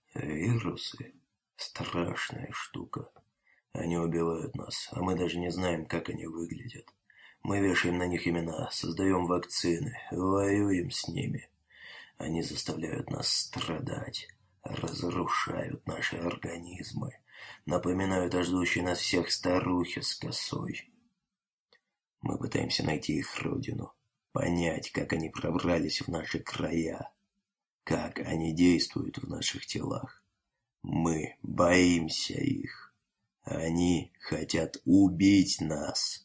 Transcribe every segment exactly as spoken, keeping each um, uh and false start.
Вирусы – страшная штука. Они убивают нас, а мы даже не знаем, как они выглядят. Мы вешаем на них имена, создаем вакцины, воюем с ними. Они заставляют нас страдать, разрушают наши организмы, напоминают о ждущей нас всех старухе с косой. Мы пытаемся найти их родину, понять, как они пробрались в наши края, как они действуют в наших телах. Мы боимся их. Они хотят убить нас.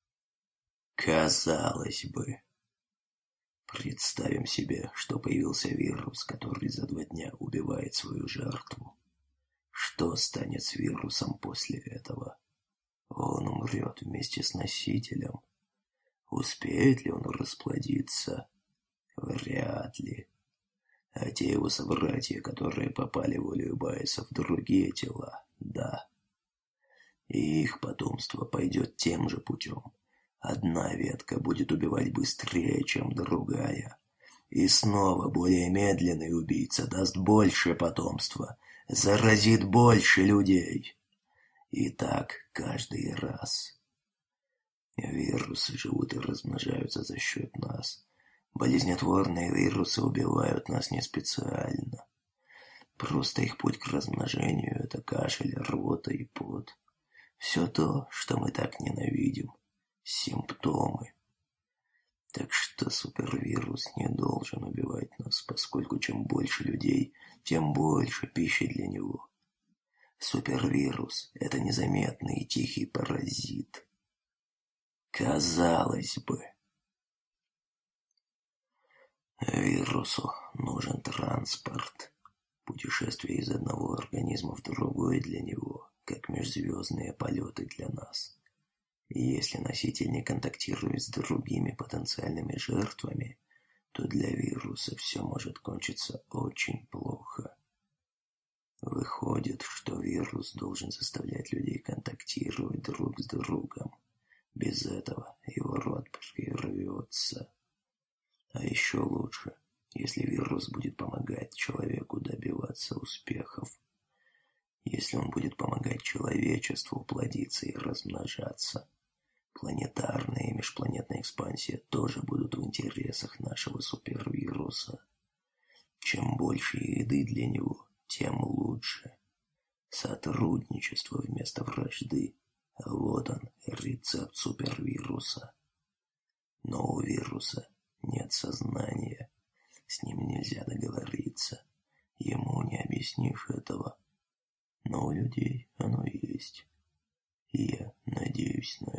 Казалось бы. Представим себе, что появился вирус, который за два дня убивает свою жертву. Что станет с вирусом после этого? Он умрет вместе с носителем. Успеет ли он расплодиться? Вряд ли. А те его собратья, которые попали волею Байеса в другие тела, да. И их потомство пойдет тем же путем. Одна ветка будет убивать быстрее, чем другая. И снова более медленный убийца даст больше потомства, заразит больше людей. И так каждый раз. Вирусы живут и размножаются за счет нас. Болезнетворные вирусы убивают нас не специально. Просто их путь к размножению – это кашель, рвота и пот. Все то, что мы так ненавидим. Симптомы. Так что супервирус не должен убивать нас, поскольку чем больше людей, тем больше пищи для него. Супервирус – это незаметный и тихий паразит. Казалось бы. Вирусу нужен транспорт. Путешествие из одного организма в другой для него, как межзвездные полеты для нас. И если носитель не контактирует с другими потенциальными жертвами, то для вируса все может кончиться очень плохо. Выходит, что вирус должен заставлять людей контактировать друг с другом. Без этого его род прервется. А еще лучше, если вирус будет помогать человеку добиваться успехов. Если он будет помогать человечеству плодиться и размножаться. Планетарная и межпланетная экспансия тоже будут в интересах нашего супервируса. Чем больше еды для него, тем лучше. Сотрудничество вместо вражды. Вот он, рецепт супервируса. Но у вируса нет сознания. С ним нельзя договориться. Ему не объяснишь этого. Но у людей оно есть. И я надеюсь на